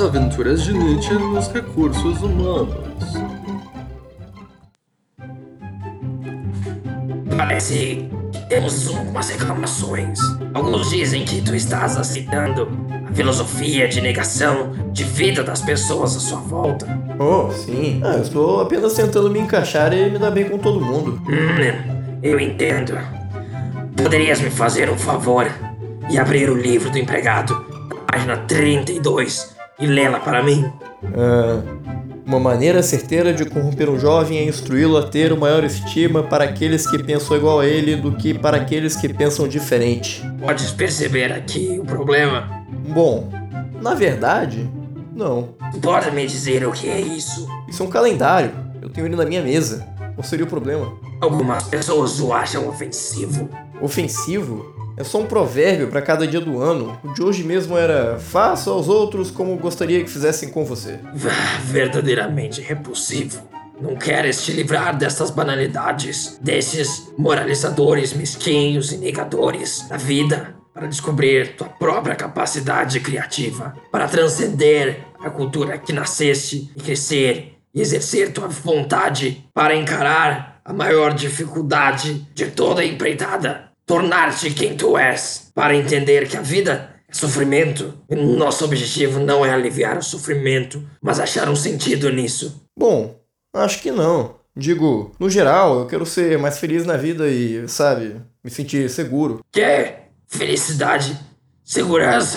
As aventuras de Nietzsche nos recursos humanos. Parece que temos algumas reclamações. Alguns dizem que tu estás aceitando a filosofia de negação de vida das pessoas à sua volta. Oh, sim. Eu estou apenas tentando me encaixar e me dar bem com todo mundo. Eu entendo. Poderias me fazer um favor e abrir o livro do empregado, página 32, e lê-la para mim? Uma maneira certeira de corromper um jovem é instruí-lo a ter maior estima para aqueles que pensam igual a ele do que para aqueles que pensam diferente. Podes perceber aqui o problema? Bom, na verdade, não. Pode me dizer o que é isso? Isso é um calendário. Eu tenho ele na minha mesa. Qual seria o problema? Algumas pessoas o acham ofensivo. Ofensivo? É só um provérbio para cada dia do ano. O de hoje mesmo era: faça aos outros como gostaria que fizessem com você. Verdadeiramente repulsivo. Não queres te livrar dessas banalidades, desses moralizadores mesquinhos e negadores da vida, para descobrir tua própria capacidade criativa, para transcender a cultura que nasceste e crescer e exercer tua vontade para encarar a maior dificuldade de toda a empreitada. Tornar-te quem tu és, para entender que a vida é sofrimento. E nosso objetivo não é aliviar o sofrimento, mas achar um sentido nisso. Bom, acho que não. Digo, no geral, eu quero ser mais feliz na vida e, sabe, me sentir seguro. Que? Felicidade? Segurança?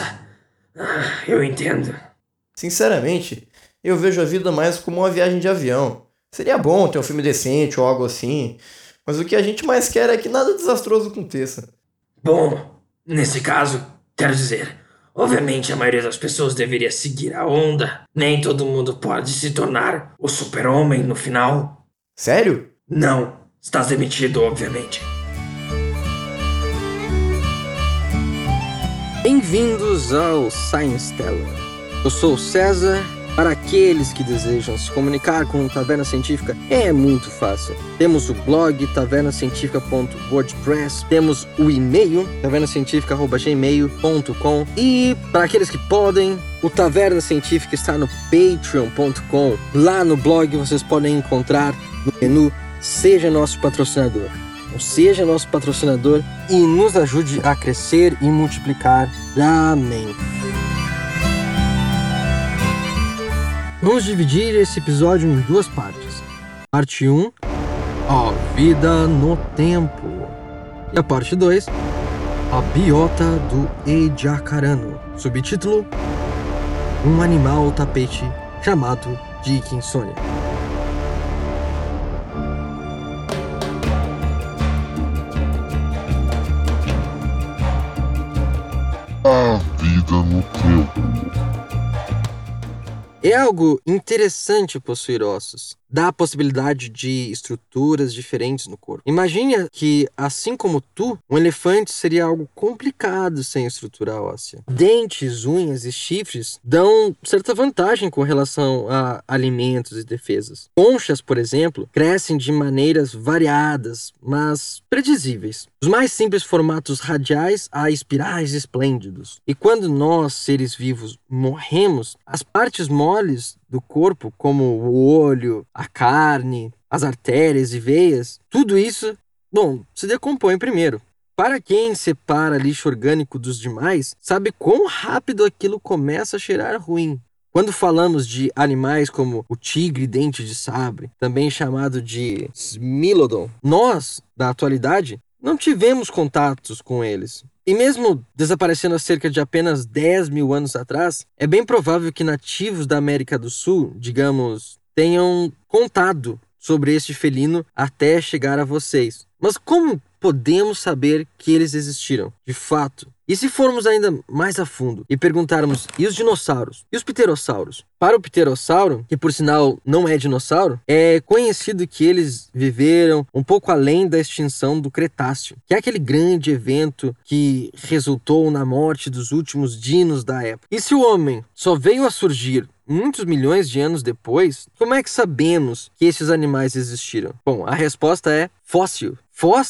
Eu entendo. Sinceramente, eu vejo a vida mais como uma viagem de avião. Seria bom ter um filme decente ou algo assim, mas o que a gente mais quer é que nada desastroso aconteça. Bom, nesse caso, quero dizer, obviamente a maioria das pessoas deveria seguir a onda. Nem todo mundo pode se tornar o super-homem no final. Sério? Não, estás demitido, obviamente. Bem-vindos ao Science Teller. Eu sou o César. Para aqueles que desejam se comunicar com Taverna Científica, é muito fácil. Temos o blog tavernacientifica.wordpress, temos o e-mail tavernacientifica@gmail.com e para aqueles que podem, o Taverna Científica está no patreon.com. Lá no blog vocês podem encontrar no menu Seja Nosso Patrocinador. Então, seja nosso patrocinador e nos ajude a crescer e multiplicar. Amém. Vamos dividir esse episódio em duas partes. Parte 1, a vida no tempo. E a parte 2, a biota do Ediacarano. Subtítulo, um animal tapete chamado Dickinsonia. A vida no tempo. É algo interessante possuir ossos. Dá a possibilidade de estruturas diferentes no corpo. Imagine que, assim como tu, um elefante seria algo complicado sem estrutura óssea. Dentes, unhas e chifres dão certa vantagem com relação a alimentos e defesas. Conchas, por exemplo, crescem de maneiras variadas, mas predizíveis. Os mais simples formatos radiais a espirais esplêndidos. E quando nós, seres vivos, morremos, as partes moles do corpo, como o olho, a carne, as artérias e veias, tudo isso, se decompõe primeiro. Para quem separa lixo orgânico dos demais, sabe quão rápido aquilo começa a cheirar ruim. Quando falamos de animais como o tigre dente de sabre, também chamado de Smilodon, nós, da atualidade, não tivemos contatos com eles. E mesmo desaparecendo há cerca de apenas 10 mil anos atrás, é bem provável que nativos da América do Sul, digamos, tenham contado sobre este felino até chegar a vocês. Mas como podemos saber que eles existiram, de fato? E se formos ainda mais a fundo e perguntarmos, e os dinossauros? E os pterossauros? Para o pterossauro, que por sinal não é dinossauro, é conhecido que eles viveram um pouco além da extinção do Cretáceo, que é aquele grande evento que resultou na morte dos últimos dinos da época. E se o homem só veio a surgir muitos milhões de anos depois, como é que sabemos que esses animais existiram? Bom, a resposta é fóssil. Fóssil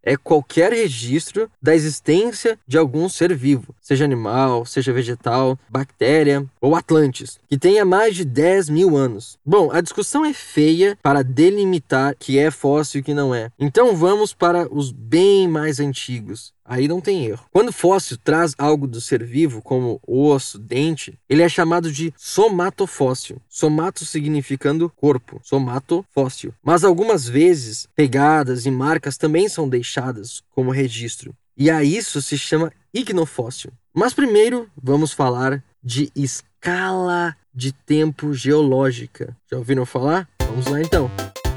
é qualquer registro da existência de algum ser vivo, seja animal, seja vegetal, bactéria ou Atlantis, que tenha mais de 10 mil anos. Bom, a discussão é feia para delimitar o que é fóssil e o que não é. Então vamos para os bem mais antigos. Aí não tem erro. Quando fóssil traz algo do ser vivo, como osso, dente, ele é chamado de somatofóssil. Somato significando corpo, somatofóssil. Mas algumas vezes, pegadas e marcas também são deixadas como registro. E a isso se chama ignofóssil. Mas primeiro, vamos falar de escala de tempo geológica. Já ouviram falar? Vamos lá então.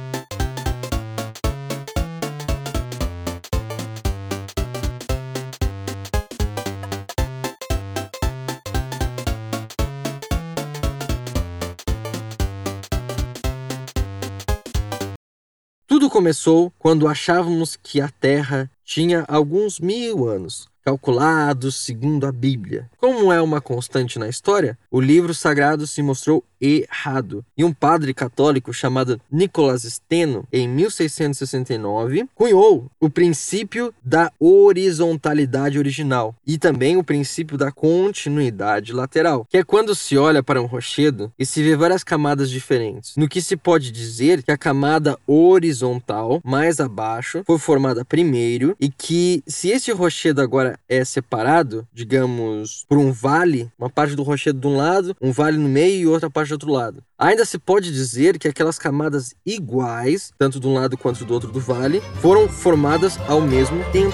Tudo começou quando achávamos que a Terra tinha alguns 1000 anos, calculados segundo a Bíblia. Como é uma constante na história, o livro sagrado se mostrou errado. E um padre católico chamado Nicolas Steno, em 1669, cunhou o princípio da horizontalidade original e também o princípio da continuidade lateral, que é quando se olha para um rochedo e se vê várias camadas diferentes, no que se pode dizer que a camada horizontal, mais abaixo, foi formada primeiro e que, se esse rochedo agora é separado, digamos, por um vale, uma parte do rochedo de um lado, um vale no meio e outra parte do outro lado, ainda se pode dizer que aquelas camadas iguais, tanto de um lado quanto do outro do vale, foram formadas ao mesmo tempo.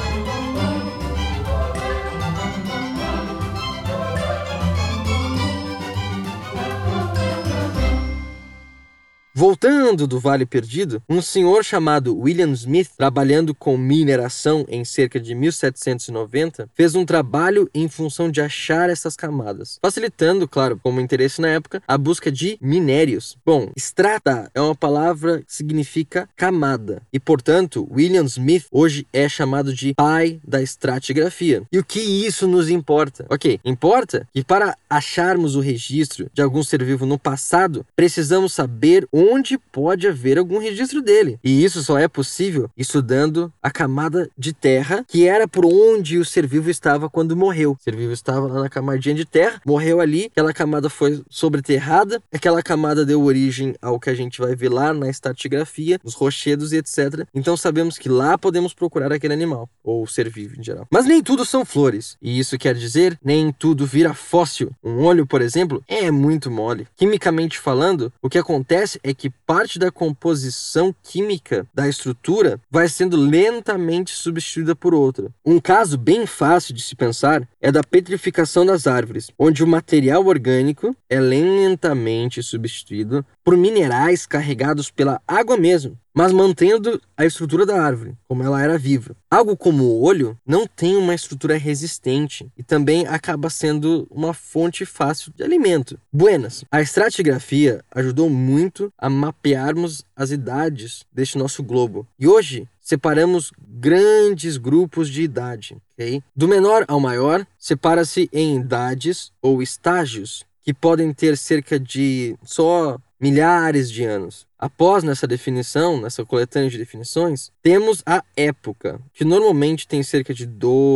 Voltando do Vale Perdido, um senhor chamado William Smith, trabalhando com mineração em cerca de 1790, fez um trabalho em função de achar essas camadas, facilitando, claro, como interesse na época, a busca de minérios. Bom, strata é uma palavra que significa camada, e portanto, William Smith hoje é chamado de pai da estratigrafia. E o que isso nos importa? Ok, importa que para acharmos o registro de algum ser vivo no passado, precisamos saber onde pode haver algum registro dele. E isso só é possível estudando a camada de terra, que era por onde o ser vivo estava quando morreu. O ser vivo estava lá na camadinha de terra, morreu ali, aquela camada foi sobreterrada, aquela camada deu origem ao que a gente vai ver lá na estratigrafia, nos rochedos e etc. Então sabemos que lá podemos procurar aquele animal, ou ser vivo em geral. Mas nem tudo são flores, e isso quer dizer, nem tudo vira fóssil. Um olho, por exemplo, é muito mole. Quimicamente falando, o que acontece é que parte da composição química da estrutura vai sendo lentamente substituída por outra. Um caso bem fácil de se pensar é da petrificação das árvores, onde o material orgânico é lentamente substituído por minerais carregados pela água mesmo, mas mantendo a estrutura da árvore, como ela era viva. Algo como o olho não tem uma estrutura resistente e também acaba sendo uma fonte fácil de alimento. Buenas, a estratigrafia ajudou muito a mapearmos as idades deste nosso globo. E hoje separamos grandes grupos de idade, ok? Do menor ao maior, separa-se em idades ou estágios, que podem ter cerca de só milhares de anos. Após nessa definição, nessa coletânea de definições, temos a época, que normalmente tem cerca de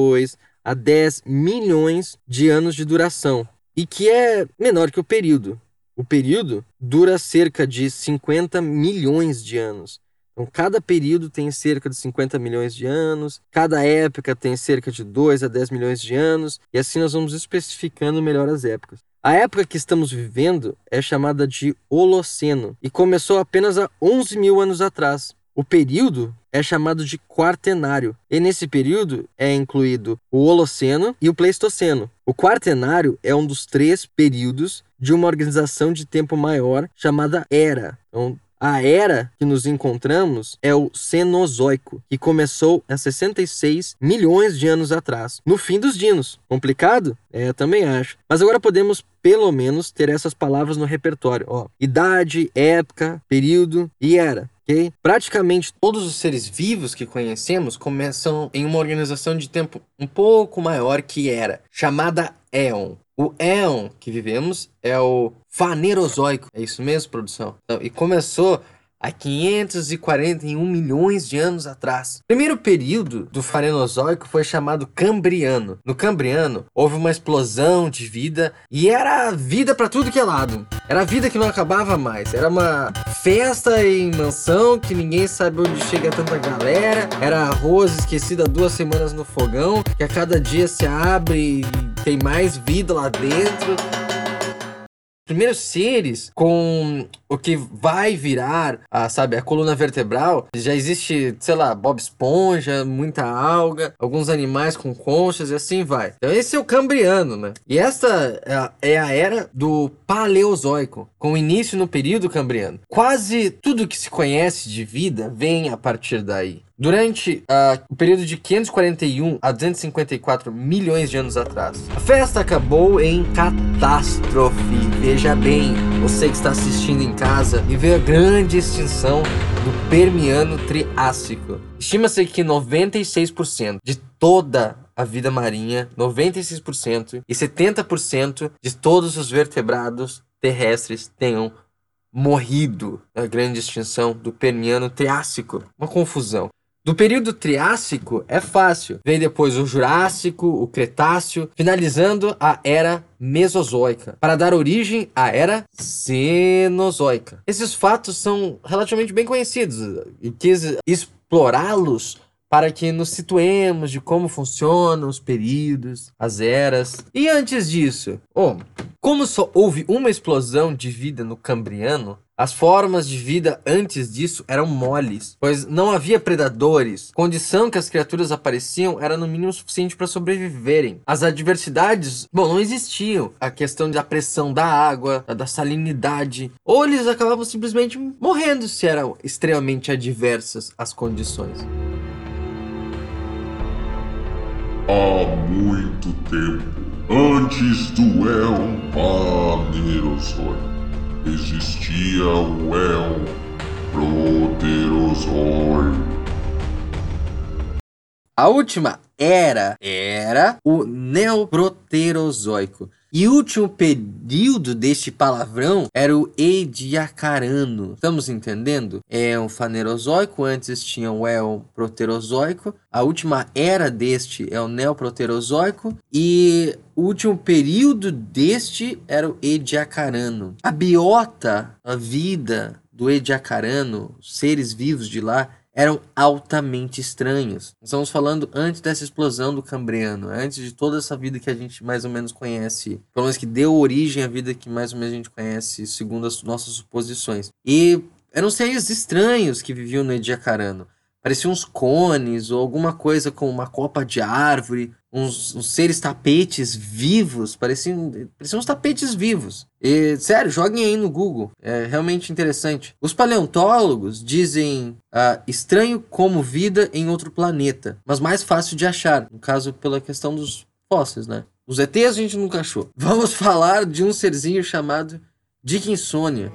2 a 10 milhões de anos de duração, e que é menor que o período. O período dura cerca de 50 milhões de anos. Então, cada período tem cerca de 50 milhões de anos, cada época tem cerca de 2 a 10 milhões de anos, e assim nós vamos especificando melhor as épocas. A época que estamos vivendo é chamada de Holoceno e começou apenas há 11 mil anos atrás. O período é chamado de Quaternário, e nesse período é incluído o Holoceno e o Pleistoceno. O Quaternário é um dos 3 períodos de uma organização de tempo maior chamada Era. Então, a era que nos encontramos é o Cenozoico, que começou há 66 milhões de anos atrás, no fim dos dinos. Complicado? Eu também acho. Mas agora podemos, pelo menos, ter essas palavras no repertório. Idade, época, período e era. Okay? Praticamente todos os seres vivos que conhecemos começam em uma organização de tempo um pouco maior que era, chamada Éon. O éon que vivemos é o Fanerozoico. É isso mesmo, produção? Então, e começou há 541 milhões de anos atrás. O primeiro período do Fanerozoico foi chamado Cambriano. No Cambriano, houve uma explosão de vida e era vida pra tudo que é lado. Era vida que não acabava mais. Era uma festa em mansão que ninguém sabe onde chega tanta galera. Era arroz esquecido há 2 semanas no fogão, que a cada dia se abre e tem mais vida lá dentro. Primeiros seres com o que vai virar a coluna vertebral. Já existe, sei lá, Bob Esponja, muita alga, alguns animais com conchas e assim vai. Então esse é o Cambriano, né? E esta é a era do Paleozoico, com início no período Cambriano. Quase tudo que se conhece de vida vem a partir daí. Durante o período de 541 a 254 milhões de anos atrás. A festa acabou em catástrofe. Veja bem, você que está assistindo em casa, e vê a grande extinção do Permiano-Triássico. Estima-se que 96% de toda a vida marinha, 96% e 70% de todos os vertebrados terrestres tenham morrido na grande extinção do Permiano-Triássico. Uma confusão. Do período Triássico é fácil. Veio depois o Jurássico, o Cretáceo, finalizando a Era Mesozoica, para dar origem à Era Cenozoica. Esses fatos são relativamente bem conhecidos e quis explorá-los para que nos situemos de como funcionam os períodos, as eras. E antes disso, como só houve uma explosão de vida no Cambriano, as formas de vida antes disso eram moles, pois não havia predadores. A condição que as criaturas apareciam era no mínimo suficiente para sobreviverem. As adversidades, não existiam. A questão da pressão da água, da salinidade, ou eles acabavam simplesmente morrendo se eram extremamente adversas as condições. Há muito tempo, antes do Éon Panerozoico, existia o Éon Proterozoico. A última era o Neoproterozoico. E o último período deste palavrão era o Ediacarano. Estamos entendendo? É um Fanerozoico, antes tinha o Éon Proterozoico. A última era deste é o Neoproterozoico. E o último período deste era o Ediacarano. A biota, a vida do Ediacarano, os seres vivos de lá, eram altamente estranhos. Estamos falando antes dessa explosão do Cambriano, antes de toda essa vida que a gente mais ou menos conhece, pelo menos que deu origem à vida que mais ou menos a gente conhece, segundo as nossas suposições. E eram seres estranhos que viviam no Ediacarano. Pareciam uns cones ou alguma coisa com uma copa de árvore, uns seres tapetes vivos, pareciam uns tapetes vivos. E, sério, joguem aí no Google, é realmente interessante. Os paleontólogos dizem estranho como vida em outro planeta, mas mais fácil de achar, no caso pela questão dos fósseis, né? Os ETs a gente nunca achou. Vamos falar de um serzinho chamado Dickinsonia.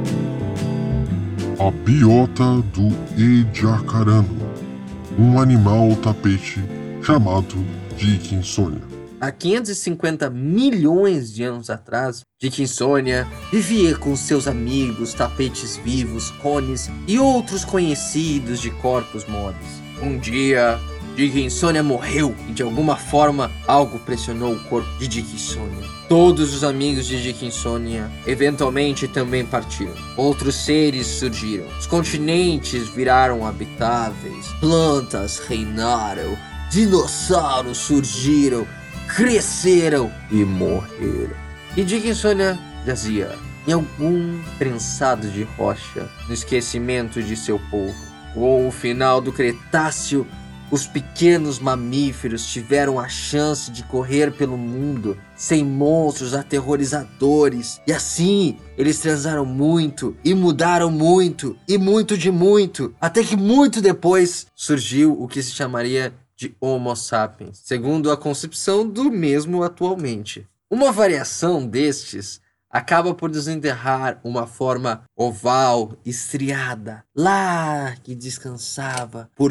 A biota do Ediacarano, um animal tapete chamado Dickinsonia. Há 550 milhões de anos atrás, Dickinsonia vivia com seus amigos, tapetes vivos, cones e outros conhecidos de corpos moles. Um dia, Dickinsonia morreu e de alguma forma algo pressionou o corpo de Dickinsonia. Todos os amigos de Dickinsonia eventualmente também partiram. Outros seres surgiram. Os continentes viraram habitáveis. Plantas reinaram. Dinossauros surgiram. Cresceram e morreram. E Dickinsonia jazia em algum prensado de rocha no esquecimento de seu povo. Com o final do Cretáceo, os pequenos mamíferos tiveram a chance de correr pelo mundo sem monstros aterrorizadores. E assim, eles transaram muito e mudaram muito e muito de muito. Até que muito depois surgiu o que se chamaria de Homo sapiens, segundo a concepção do mesmo atualmente. Uma variação destes acaba por desenterrar uma forma oval, estriada, lá que descansava por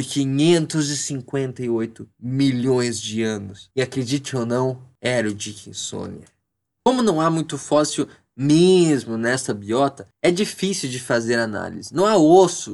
558 milhões de anos. E acredite ou não, era o Dickinsonia. Como não há muito fóssil mesmo nessa biota, é difícil de fazer análise. Não há osso,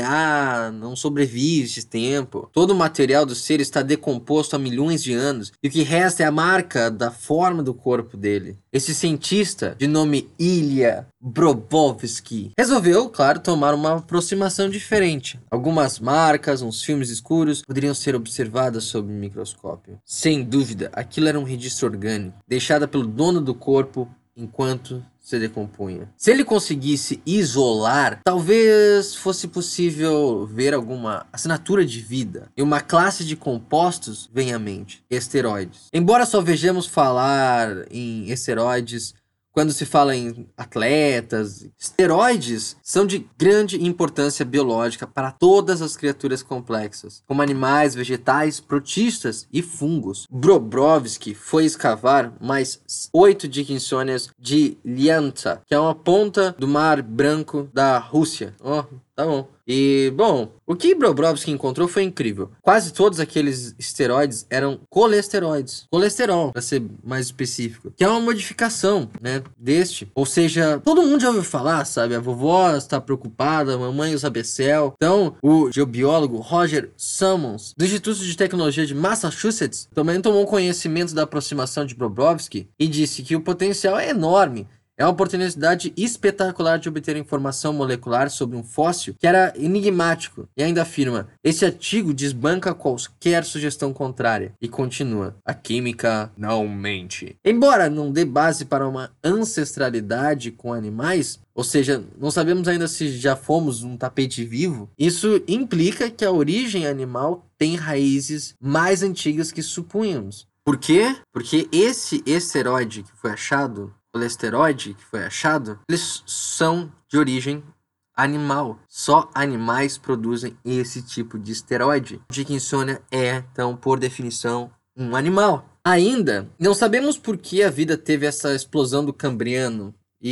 DNA não sobrevive esse tempo. Todo o material do ser está decomposto há milhões de anos e o que resta é a marca da forma do corpo dele. Esse cientista, de nome Ilya Brobovsky, resolveu, claro, tomar uma aproximação diferente. Algumas marcas, uns filmes escuros, poderiam ser observadas sob microscópio. Sem dúvida, aquilo era um registro orgânico, deixado pelo dono do corpo enquanto se decompunha. Se ele conseguisse isolar, talvez fosse possível ver alguma assinatura de vida. E uma classe de compostos vem à mente: esteroides. Embora só vejamos falar em esteroides quando se fala em atletas, esteroides são de grande importância biológica para todas as criaturas complexas, como animais, vegetais, protistas e fungos. Brobrovsky foi escavar mais 8 Dickinsonias de Lyanta, que é uma ponta do Mar Branco da Rússia. Tá bom. E, bom, o que Brobrovsky encontrou foi incrível. Quase todos aqueles esteroides eram colesteroides. Colesterol, para ser mais específico. Que é uma modificação, né, deste. Ou seja, todo mundo já ouviu falar, sabe? A vovó está preocupada, a mamãe usa Becel. Então, o geobiólogo Roger Sammons, do Instituto de Tecnologia de Massachusetts, também tomou conhecimento da aproximação de Brobrovsky e disse que o potencial é enorme. É uma oportunidade espetacular de obter informação molecular sobre um fóssil que era enigmático. E ainda afirma: esse artigo desbanca qualquer sugestão contrária. E continua: a química não mente. Embora não dê base para uma ancestralidade com animais, ou seja, não sabemos ainda se já fomos um tapete vivo, isso implica que a origem animal tem raízes mais antigas que supunhamos. Por quê? Porque esse esteroide que foi achado, colesteroide que foi achado, eles são de origem animal. Só animais produzem esse tipo de esteroide. Dickinsonia é, então, por definição, um animal. Ainda, não sabemos por que a vida teve essa explosão do Cambriano.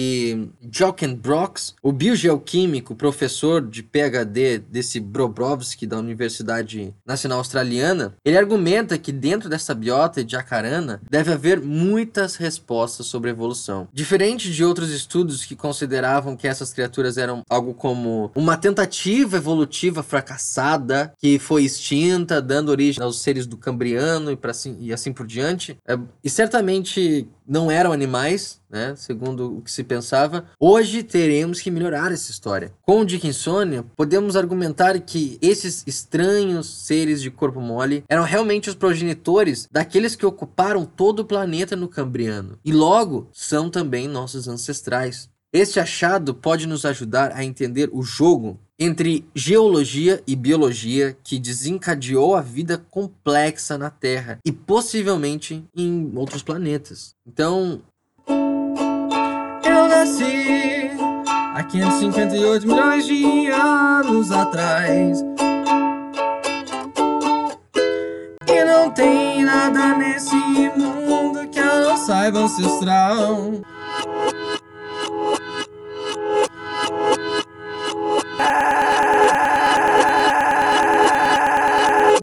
E Jochen Brox, o biogeoquímico, professor de PhD desse Brobrovsky da Universidade Nacional Australiana, ele argumenta que dentro dessa biota de Jacarana deve haver muitas respostas sobre a evolução. Diferente de outros estudos que consideravam que essas criaturas eram algo como uma tentativa evolutiva fracassada que foi extinta, dando origem aos seres do Cambriano e assim por diante, e certamente não eram animais, né, segundo o que se pensava. Hoje teremos que melhorar essa história. Com o Dickinsonia, podemos argumentar que esses estranhos seres de corpo mole eram realmente os progenitores daqueles que ocuparam todo o planeta no Cambriano, e logo são também nossos ancestrais. Este achado pode nos ajudar a entender o jogo entre geologia e biologia que desencadeou a vida complexa na Terra e possivelmente em outros planetas. Então, eu nasci há 558 milhões de anos atrás e não tem nada nesse mundo que eu não saiba ancestral.